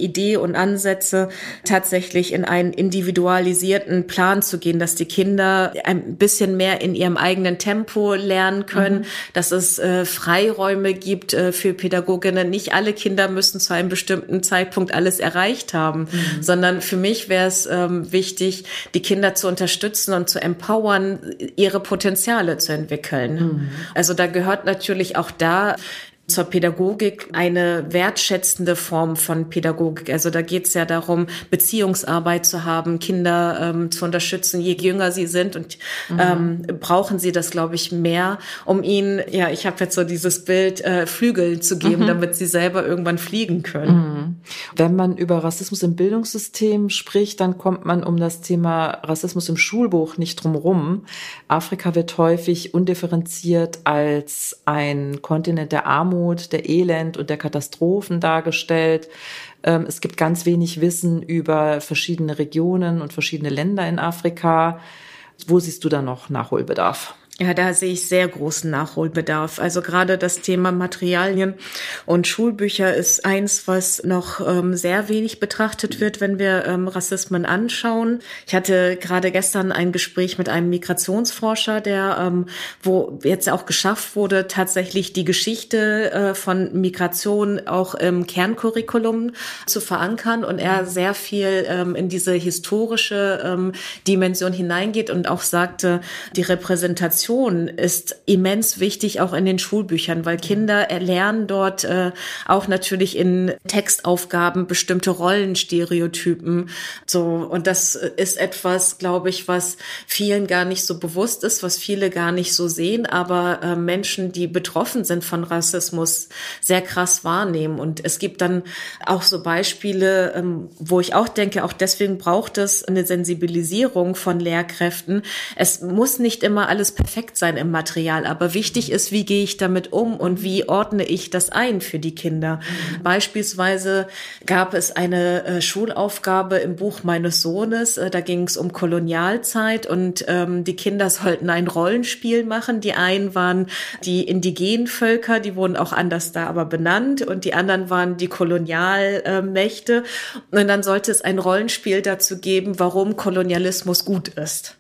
Idee und Ansätze, tatsächlich in einen individualisierten Plan zu gehen, dass die Kinder ein bisschen mehr in ihrem eigenen Tempo lernen können, mhm. dass es äh, Freiräume gibt äh, für Pädagoginnen. Nicht alle Kinder müssen zu einem bestimmten Zeitpunkt alles erreicht haben, mhm. sondern für mich wäre es ähm, wichtig, die Kinder zu unterstützen und zu empowern, ihre Potenziale zu entwickeln. Mhm. Also da gehört natürlich auch da zur Pädagogik eine wertschätzende Form von Pädagogik. Also da geht es ja darum, Beziehungsarbeit zu haben, Kinder ähm, zu unterstützen, je jünger sie sind und mhm. ähm, brauchen sie das, glaube ich, mehr, um ihnen, ja, ich habe jetzt so dieses Bild, äh, Flügel zu geben, mhm. damit sie selber irgendwann fliegen können. Mhm. Wenn man über Rassismus im Bildungssystem spricht, dann kommt man um das Thema Rassismus im Schulbuch nicht drum rum. Afrika wird häufig undifferenziert als ein Kontinent der Armut, der Elend und der Katastrophen dargestellt. Es gibt ganz wenig Wissen über verschiedene Regionen und verschiedene Länder in Afrika. Wo siehst du da noch Nachholbedarf? Ja, da sehe ich sehr großen Nachholbedarf. Also gerade das Thema Materialien und Schulbücher ist eins, was noch ähm, sehr wenig betrachtet wird, wenn wir ähm, Rassismen anschauen. Ich hatte gerade gestern ein Gespräch mit einem Migrationsforscher, der, ähm, wo jetzt auch geschafft wurde, tatsächlich die Geschichte äh, von Migration auch im Kerncurriculum zu verankern und er sehr viel ähm, in diese historische ähm, Dimension hineingeht und auch sagte, die Repräsentation ist immens wichtig, auch in den Schulbüchern, weil Kinder erlernen dort äh, auch natürlich in Textaufgaben bestimmte Rollenstereotypen. So, und das ist etwas, glaube ich, was vielen gar nicht so bewusst ist, was viele gar nicht so sehen, aber äh, Menschen, die betroffen sind von Rassismus, sehr krass wahrnehmen. Und es gibt dann auch so Beispiele, ähm, wo ich auch denke, auch deswegen braucht es eine Sensibilisierung von Lehrkräften. Es muss nicht immer alles perfekt sein im Material, aber wichtig ist, wie gehe ich damit um und wie ordne ich das ein für die Kinder. Mhm. Beispielsweise gab es eine äh, Schulaufgabe im Buch meines Sohnes, äh, da ging es um Kolonialzeit und ähm, die Kinder sollten ein Rollenspiel machen. Die einen waren die indigenen Völker, die wurden auch anders da aber benannt und die anderen waren die Kolonialmächte äh, und dann sollte es ein Rollenspiel dazu geben, warum Kolonialismus gut ist.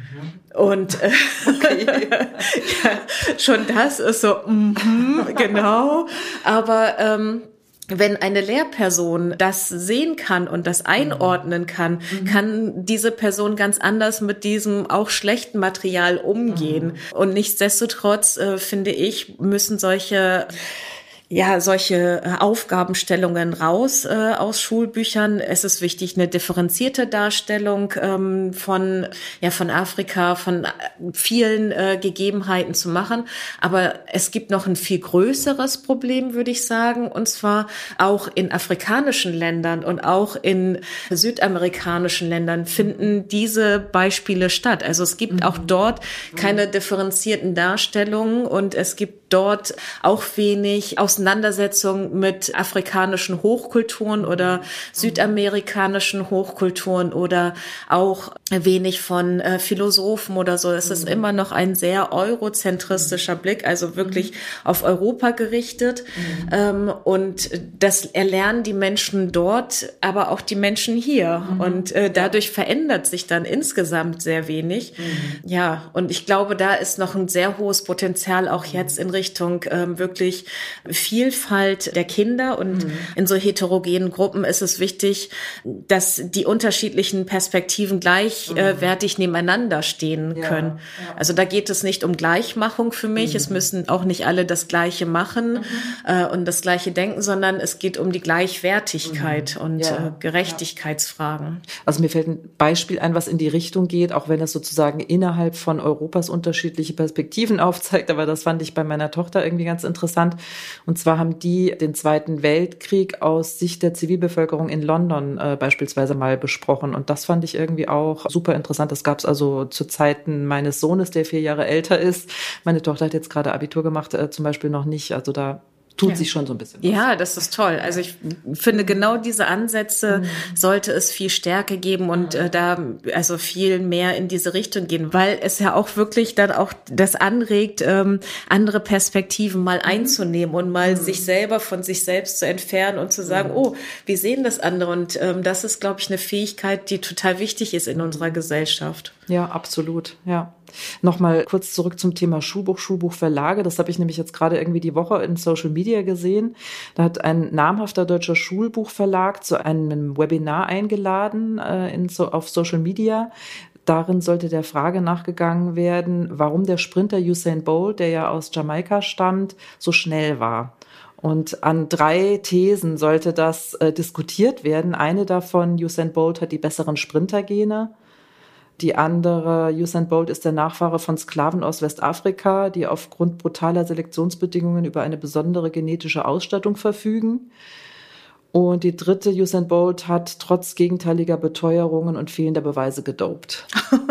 Und äh, okay. ja, schon das ist so, mm-hmm, genau. Aber ähm, wenn eine Lehrperson das sehen kann und das einordnen kann, mhm. kann diese Person ganz anders mit diesem auch schlechten Material umgehen. Mhm. Und nichtsdestotrotz, äh, finde ich, müssen solche Ja, solche Aufgabenstellungen raus äh, aus Schulbüchern. Es ist wichtig, eine differenzierte Darstellung ähm, von ja von Afrika, von vielen äh, Gegebenheiten zu machen. Aber es gibt noch ein viel größeres Problem, würde ich sagen, und zwar auch in afrikanischen Ländern und auch in südamerikanischen Ländern finden diese Beispiele statt. Also es gibt mhm. auch dort keine differenzierten Darstellungen und es gibt dort auch wenig Auseinandersetzung mit afrikanischen Hochkulturen oder südamerikanischen Hochkulturen oder auch wenig von äh, Philosophen oder so. Es ist immer noch ein sehr eurozentristischer Blick, also wirklich auf Europa gerichtet. Mhm. Ähm, und das erlernen die Menschen dort, aber auch die Menschen hier. Mhm. Und äh, dadurch verändert sich dann insgesamt sehr wenig. Mhm. Ja, und ich glaube, da ist noch ein sehr hohes Potenzial auch jetzt in Richtung ähm, wirklich Vielfalt der Kinder und mhm. in so heterogenen Gruppen ist es wichtig, dass die unterschiedlichen Perspektiven gleichwertig mhm. äh, nebeneinander stehen ja, können. Ja. Also da geht es nicht um Gleichmachung für mich, mhm. es müssen auch nicht alle das Gleiche machen mhm. äh, und das Gleiche denken, sondern es geht um die Gleichwertigkeit mhm. und ja. äh, Gerechtigkeitsfragen. Also mir fällt ein Beispiel ein, was in die Richtung geht, auch wenn es sozusagen innerhalb von Europas unterschiedliche Perspektiven aufzeigt, aber das fand ich bei meiner Tochter irgendwie ganz interessant. Und zwar haben die den Zweiten Weltkrieg aus Sicht der Zivilbevölkerung in London äh, beispielsweise mal besprochen. Und das fand ich irgendwie auch super interessant. Das gab es also zu Zeiten meines Sohnes, der vier Jahre älter ist. Meine Tochter hat jetzt gerade Abitur gemacht, äh, zum Beispiel noch nicht. Also da tut ja. sich schon so ein bisschen was. Ja, das ist toll. Also ich finde, genau diese Ansätze mhm. sollte es viel Stärke geben und äh, da also viel mehr in diese Richtung gehen, weil es ja auch wirklich dann auch das anregt, ähm, andere Perspektiven mal mhm. einzunehmen und mal mhm. sich selber von sich selbst zu entfernen und zu sagen, mhm. oh, wie sehen das andere? Und ähm, das ist, glaube ich, eine Fähigkeit, die total wichtig ist in unserer Gesellschaft. Ja, absolut, ja. Nochmal kurz zurück zum Thema Schulbuch, Schulbuchverlage. Das habe ich nämlich jetzt gerade irgendwie die Woche in Social Media gesehen. Da hat ein namhafter deutscher Schulbuchverlag zu einem Webinar eingeladen äh, in, so, auf Social Media. Darin sollte der Frage nachgegangen werden, warum der Sprinter Usain Bolt, der ja aus Jamaika stammt, so schnell war. Und an drei Thesen sollte das äh, diskutiert werden. Eine davon, Usain Bolt hat die besseren Sprintergene. Die andere, Usain Bolt ist der Nachfahre von Sklaven aus Westafrika, die aufgrund brutaler Selektionsbedingungen über eine besondere genetische Ausstattung verfügen. Und die dritte, Usain Bolt hat trotz gegenteiliger Beteuerungen und fehlender Beweise gedopt.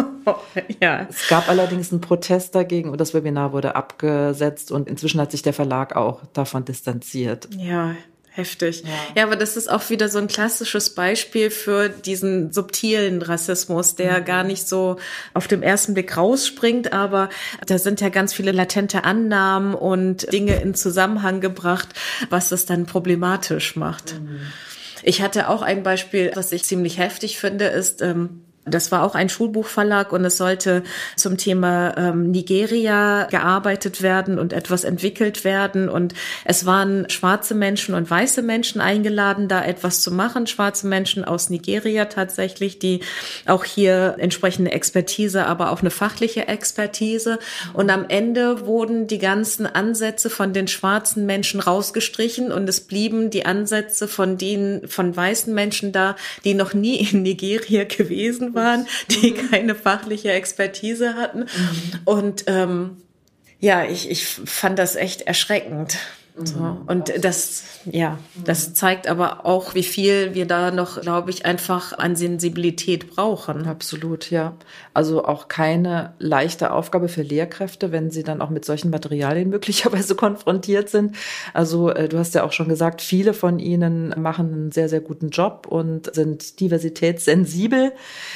Ja. Es gab allerdings einen Protest dagegen und das Webinar wurde abgesetzt und inzwischen hat sich der Verlag auch davon distanziert. Ja. Heftig. Ja. ja, aber das ist auch wieder so ein klassisches Beispiel für diesen subtilen Rassismus, der mhm. gar nicht so auf den ersten Blick rausspringt, aber da sind ja ganz viele latente Annahmen und Dinge in Zusammenhang gebracht, was das dann problematisch macht. Mhm. Ich hatte auch ein Beispiel, was ich ziemlich heftig finde, ist, ähm, das war auch ein Schulbuchverlag und es sollte zum Thema ähm, Nigeria gearbeitet werden und etwas entwickelt werden. Und es waren schwarze Menschen und weiße Menschen eingeladen, da etwas zu machen. Schwarze Menschen aus Nigeria tatsächlich, die auch hier entsprechende Expertise, aber auch eine fachliche Expertise. Und am Ende wurden die ganzen Ansätze von den schwarzen Menschen rausgestrichen und es blieben die Ansätze von denen, von weißen Menschen da, die noch nie in Nigeria gewesen waren, die keine fachliche Expertise hatten. Mhm. Und ähm, ja, ich, ich fand das echt erschreckend. So. Und das, ja, das zeigt aber auch, wie viel wir da noch, glaube ich, einfach an Sensibilität brauchen. Absolut, ja. Also auch keine leichte Aufgabe für Lehrkräfte, wenn sie dann auch mit solchen Materialien möglicherweise konfrontiert sind. Also äh, du hast ja auch schon gesagt, viele von ihnen machen einen sehr, sehr guten Job und sind diversitätssensibel,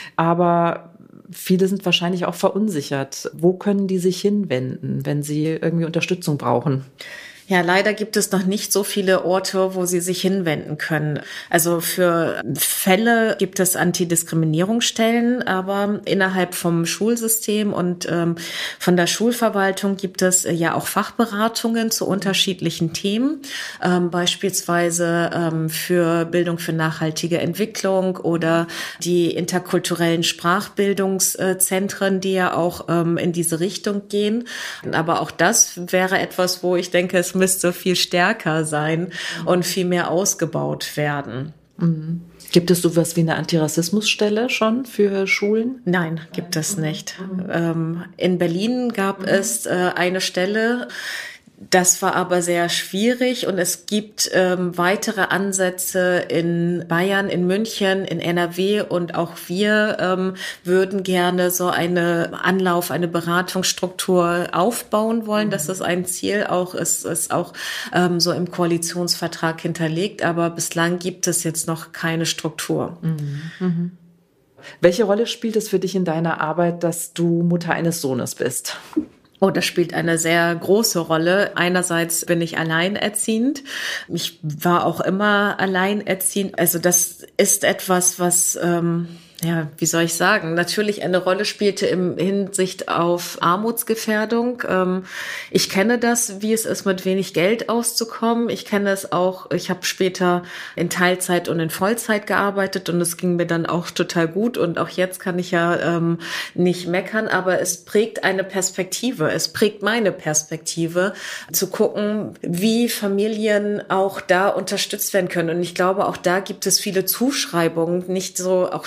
aber viele sind wahrscheinlich auch verunsichert. Wo können die sich hinwenden, wenn sie irgendwie Unterstützung brauchen? Ja, leider gibt es noch nicht so viele Orte, wo sie sich hinwenden können. Also für Fälle gibt es Antidiskriminierungsstellen, aber innerhalb vom Schulsystem und ähm, von der Schulverwaltung gibt es äh, ja auch Fachberatungen zu unterschiedlichen Themen, ähm, beispielsweise ähm, für Bildung für nachhaltige Entwicklung oder die interkulturellen Sprachbildungszentren, die ja auch ähm, in diese Richtung gehen. Aber auch das wäre etwas, wo ich denke, es müsste viel stärker sein und viel mehr ausgebaut werden. Mhm. Gibt es sowas wie eine Antirassismusstelle schon für Schulen? Nein, gibt es nicht. Ähm, in Berlin gab mhm. es äh, eine Stelle. Das war aber sehr schwierig und es gibt ähm, weitere Ansätze in Bayern, in München, in N R W und auch wir ähm, würden gerne so eine Anlauf, eine Beratungsstruktur aufbauen wollen. Mhm. Das ist ein Ziel, auch ist, ist auch ähm, so im Koalitionsvertrag hinterlegt, aber bislang gibt es jetzt noch keine Struktur. Mhm. Mhm. Welche Rolle spielt es für dich in deiner Arbeit, dass du Mutter eines Sohnes bist? Oh, das spielt eine sehr große Rolle. Einerseits bin ich alleinerziehend. Ich war auch immer alleinerziehend. Also das ist etwas, was, ähm, ja, wie soll ich sagen, natürlich eine Rolle spielte im Hinsicht auf Armutsgefährdung. Ähm, ich kenne das, wie es ist, mit wenig Geld auszukommen. Ich kenne es auch, ich habe später in Teilzeit und in Vollzeit gearbeitet und es ging mir dann auch total gut und auch jetzt kann ich ja ähm, nicht meckern, aber es prägt eine Perspektive, es prägt meine Perspektive, zu gucken, wie Familien auch da unterstützt werden können und ich glaube, auch da gibt es viele Zuschreibungen, nicht so auch die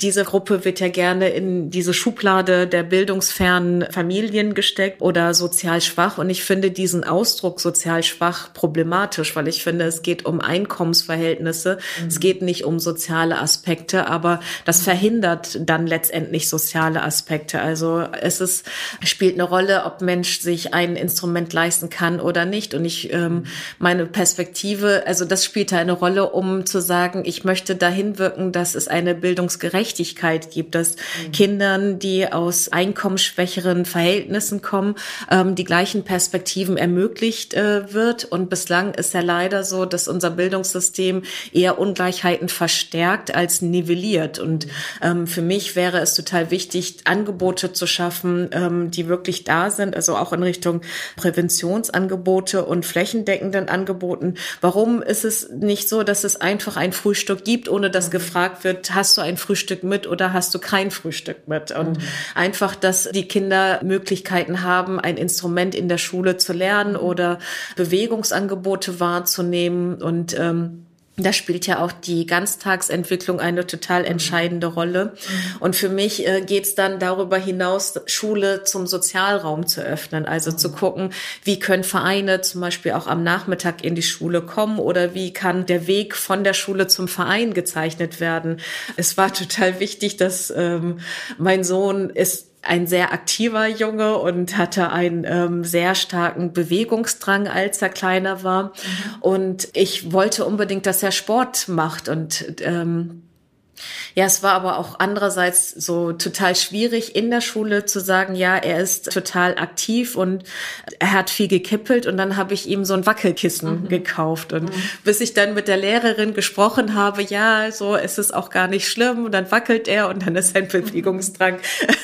diese Gruppe wird ja gerne in diese Schublade der bildungsfernen Familien gesteckt oder sozial schwach. Und ich finde diesen Ausdruck sozial schwach problematisch, weil ich finde, es geht um Einkommensverhältnisse. Mhm. Es geht nicht um soziale Aspekte, aber das verhindert dann letztendlich soziale Aspekte. Also es ist, spielt eine Rolle, ob Mensch sich ein Instrument leisten kann oder nicht. Und ich, ähm, meine Perspektive, also das spielt da eine Rolle, um zu sagen, ich möchte dahin wirken, dass es eine Bildungsgerechtigkeit gibt, dass mhm. Kindern, die aus einkommensschwächeren Verhältnissen kommen, ähm, die gleichen Perspektiven ermöglicht äh, wird. Und bislang ist ja leider so, dass unser Bildungssystem eher Ungleichheiten verstärkt als nivelliert. Und ähm, für mich wäre es total wichtig, Angebote zu schaffen, ähm, die wirklich da sind, also auch in Richtung Präventionsangebote und flächendeckenden Angeboten. Warum ist es nicht so, dass es einfach ein Frühstück gibt, ohne dass gefragt wird, hast du ein Frühstück mit oder hast du kein Frühstück mit? Und mhm. einfach, dass die Kinder Möglichkeiten haben, ein Instrument in der Schule zu lernen oder Bewegungsangebote wahrzunehmen. Und ähm, da spielt ja auch die Ganztagsentwicklung eine total entscheidende Rolle. Und für mich äh, geht's dann darüber hinaus, Schule zum Sozialraum zu öffnen. Also zu gucken, wie können Vereine zum Beispiel auch am Nachmittag in die Schule kommen oder wie kann der Weg von der Schule zum Verein gezeichnet werden. Es war total wichtig, dass ähm, mein Sohn ist ein sehr aktiver Junge und hatte einen ähm, sehr starken Bewegungsdrang, als er kleiner war. Mhm. Und ich wollte unbedingt, dass er Sport macht. Und ähm, ja, es war aber auch andererseits so total schwierig in der Schule zu sagen, ja, er ist total aktiv und er hat viel gekippelt und dann habe ich ihm so ein Wackelkissen mhm. gekauft und mhm. bis ich dann mit der Lehrerin gesprochen habe, ja, so ist es auch gar nicht schlimm und dann wackelt er und dann ist sein Bewegungsdrang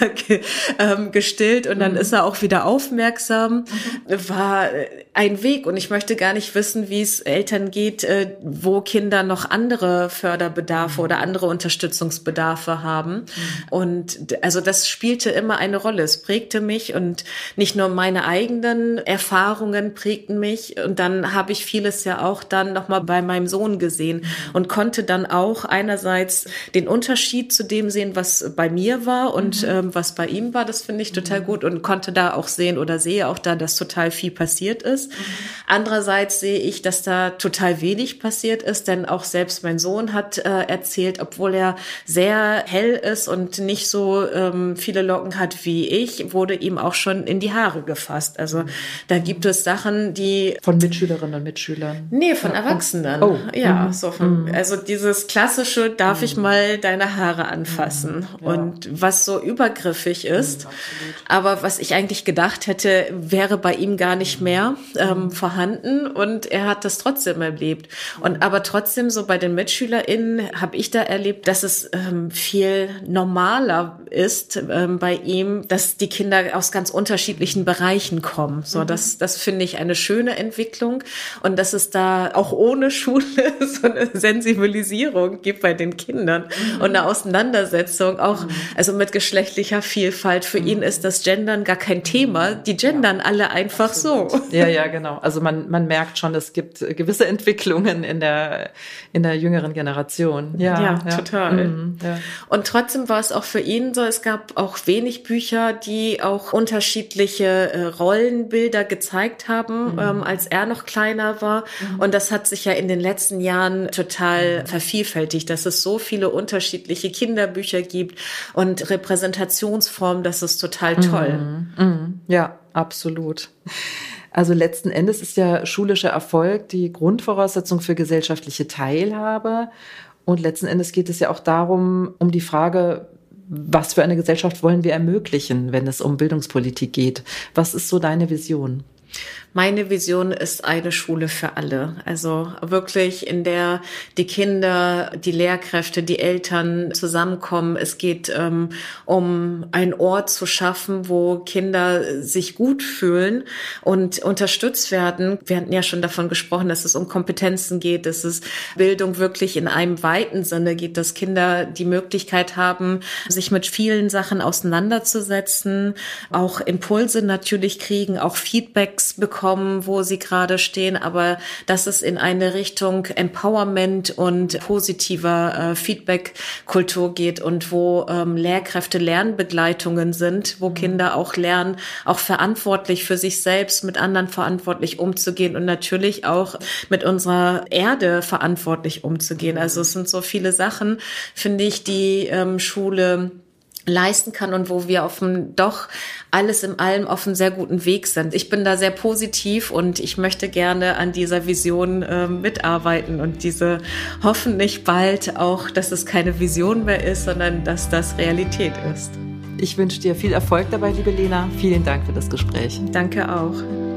äh, gestillt und dann mhm. ist er auch wieder aufmerksam, mhm. war ein Weg und ich möchte gar nicht wissen, wie es Eltern geht, äh, wo Kinder noch andere Förderbedarfe mhm. oder andere Unterstützungsbedarfe haben. Mhm. Und also das spielte immer eine Rolle. Es prägte mich und nicht nur meine eigenen Erfahrungen prägten mich. Und dann habe ich vieles ja auch dann nochmal bei meinem Sohn gesehen mhm. und konnte dann auch einerseits den Unterschied zu dem sehen, was bei mir war und mhm. ähm, was bei ihm war. Das finde ich total mhm. gut und konnte da auch sehen oder sehe auch da, dass total viel passiert ist. Mhm. Andererseits sehe ich, dass da total wenig passiert ist, denn auch selbst mein Sohn hat äh, erzählt, obwohl er sehr hell ist und nicht so ähm, viele Locken hat wie ich, wurde ihm auch schon in die Haare gefasst. Also da gibt es Sachen, die... Von Mitschülerinnen und Mitschülern? Nee, von ja. Erwachsenen. Oh. Ja, mhm. so von, also dieses klassische, darf mhm. ich mal deine Haare anfassen? Mhm. Ja. Und was so übergriffig ist, mhm, aber was ich eigentlich gedacht hätte, wäre bei ihm gar nicht mehr ähm, vorhanden und er hat das trotzdem erlebt. Und aber trotzdem so bei den MitschülerInnen habe ich da erlebt, dass es ähm, viel normaler ist ähm, bei ihm, dass die Kinder aus ganz unterschiedlichen Bereichen kommen. So, mhm. das, das finde ich eine schöne Entwicklung und dass es da auch ohne Schule so eine Sensibilisierung gibt bei den Kindern mhm. und eine Auseinandersetzung auch, mhm. also mit geschlechtlicher Vielfalt. Für mhm. ihn ist das Gendern gar kein Thema. Die gendern ja. alle einfach Absolut. so. Ja, ja, genau. Also man, man merkt schon, es gibt gewisse Entwicklungen in der, in der jüngeren Generation. Ja, ja, ja. total. Mhm, ja. Und trotzdem war es auch für ihn so, es gab auch wenig Bücher, die auch unterschiedliche äh, Rollenbilder gezeigt haben, mhm. ähm, als er noch kleiner war. Mhm. Und das hat sich ja in den letzten Jahren total mhm. vervielfältigt, dass es so viele unterschiedliche Kinderbücher gibt und Repräsentationsformen, das ist total toll. Mhm. Mhm. Ja, absolut. Also letzten Endes ist ja schulischer Erfolg die Grundvoraussetzung für gesellschaftliche Teilhabe. Und letzten Endes geht es ja auch darum, um die Frage, was für eine Gesellschaft wollen wir ermöglichen, wenn es um Bildungspolitik geht? Was ist so deine Vision? Meine Vision ist eine Schule für alle. Also wirklich, in der die Kinder, die Lehrkräfte, die Eltern zusammenkommen. Es geht ähm, um einen Ort zu schaffen, wo Kinder sich gut fühlen und unterstützt werden. Wir hatten ja schon davon gesprochen, dass es um Kompetenzen geht, dass es Bildung wirklich in einem weiten Sinne geht, dass Kinder die Möglichkeit haben, sich mit vielen Sachen auseinanderzusetzen, auch Impulse natürlich kriegen, auch Feedbacks bekommen ankommen, wo sie gerade stehen, aber dass es in eine Richtung Empowerment und positiver äh, Feedback-Kultur geht und wo ähm, Lehrkräfte Lernbegleitungen sind, wo Kinder auch lernen, auch verantwortlich für sich selbst, mit anderen verantwortlich umzugehen und natürlich auch mit unserer Erde verantwortlich umzugehen. Also es sind so viele Sachen, finde ich, die ähm, Schule leisten kann und wo wir auf dem doch alles in allem auf einem sehr guten Weg sind. Ich bin da sehr positiv und ich möchte gerne an dieser Vision äh, mitarbeiten und diese hoffentlich bald auch, dass es keine Vision mehr ist, sondern dass das Realität ist. Ich wünsche dir viel Erfolg dabei, liebe Lena. Vielen Dank für das Gespräch. Danke auch.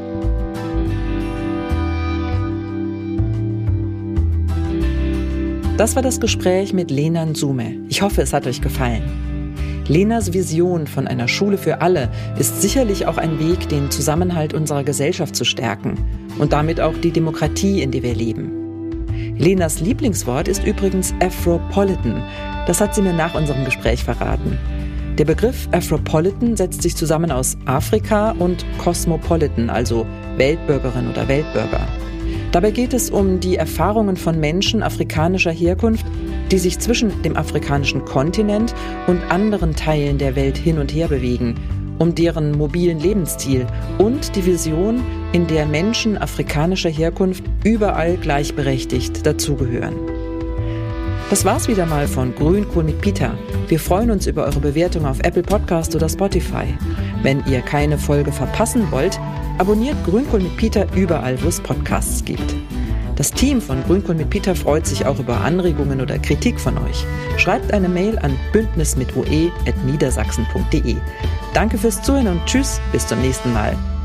Das war das Gespräch mit Lena Nzume. Ich hoffe, es hat euch gefallen. Lenas Vision von einer Schule für alle ist sicherlich auch ein Weg, den Zusammenhalt unserer Gesellschaft zu stärken und damit auch die Demokratie, in der wir leben. Lenas Lieblingswort ist übrigens Afropolitan. Das hat sie mir nach unserem Gespräch verraten. Der Begriff Afropolitan setzt sich zusammen aus Afrika und Cosmopolitan, also Weltbürgerin oder Weltbürger. Dabei geht es um die Erfahrungen von Menschen afrikanischer Herkunft, die sich zwischen dem afrikanischen Kontinent und anderen Teilen der Welt hin und her bewegen, um deren mobilen Lebensstil und die Vision, in der Menschen afrikanischer Herkunft überall gleichberechtigt dazugehören. Das war's wieder mal von Grünkohl mit Peter. Wir freuen uns über eure Bewertung auf Apple Podcast oder Spotify. Wenn ihr keine Folge verpassen wollt, abonniert Grünkohl mit Peter überall, wo es Podcasts gibt. Das Team von Grünkohl mit Peter freut sich auch über Anregungen oder Kritik von euch. Schreibt eine Mail an bündnis mit ue at niedersachsen punkt de. Danke fürs Zuhören und tschüss, bis zum nächsten Mal.